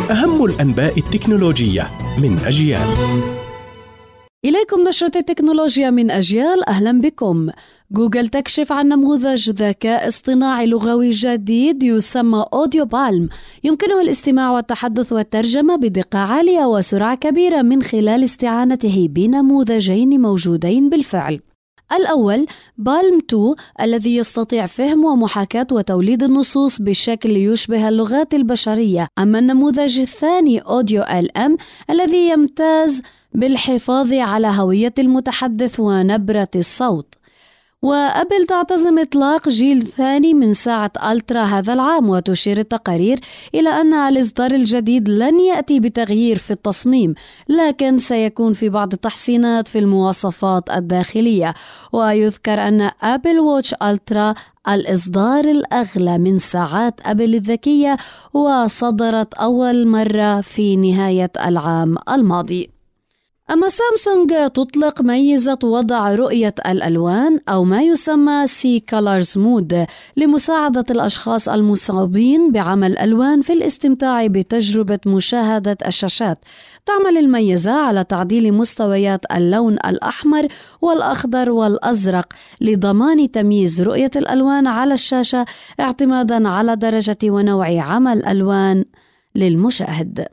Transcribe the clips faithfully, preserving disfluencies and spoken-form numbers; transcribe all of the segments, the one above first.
أهم الأنباء التكنولوجية من أجيال. إليكم نشرة التكنولوجيا من أجيال، أهلا بكم. جوجل تكشف عن نموذج ذكاء اصطناعي لغوي جديد يسمى أوديو بالم، يمكنه الاستماع والتحدث والترجمة بدقة عالية وسرعة كبيرة من خلال استعانته بنموذجين موجودين بالفعل. الأول بالم اثنين الذي يستطيع فهم ومحاكاة وتوليد النصوص بشكل يشبه اللغات البشرية، أما النموذج الثاني أوديو إل إم الذي يمتاز بالحفاظ على هوية المتحدث ونبرة الصوت. وأبل تعتزم إطلاق جيل ثاني من ساعة ألترا هذا العام، وتشير التقارير إلى أن الإصدار الجديد لن يأتي بتغيير في التصميم، لكن سيكون في بعض التحسينات في المواصفات الداخلية. ويذكر أن أبل ووتش ألترا الإصدار الأغلى من ساعات أبل الذكية، وصدرت أول مرة في نهاية العام الماضي. أما سامسونج تطلق ميزة وضع رؤية الألوان أو ما يسمى سي كولرز مود لمساعدة الأشخاص المصابين بعمى الألوان في الاستمتاع بتجربة مشاهدة الشاشات. تعمل الميزة على تعديل مستويات اللون الأحمر والأخضر والأزرق لضمان تمييز رؤية الألوان على الشاشة اعتمادا على درجة ونوع عمى الألوان للمشاهد.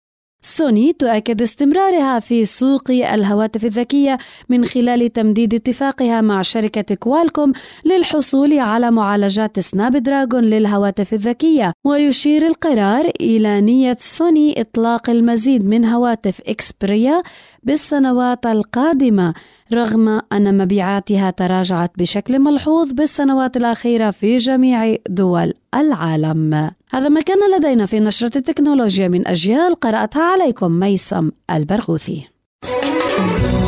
سوني تؤكد استمرارها في سوق الهواتف الذكية من خلال تمديد اتفاقها مع شركة كوالكوم للحصول على معالجات سناب دراجون للهواتف الذكية. ويشير القرار إلى نية سوني إطلاق المزيد من هواتف إكسبريا بالسنوات القادمة، رغم أن مبيعاتها تراجعت بشكل ملحوظ بالسنوات الأخيرة في جميع دول العالم. هذا ما كان لدينا في نشرة التكنولوجيا من أجيال، قرأتها عليكم ميسم البرغوثي.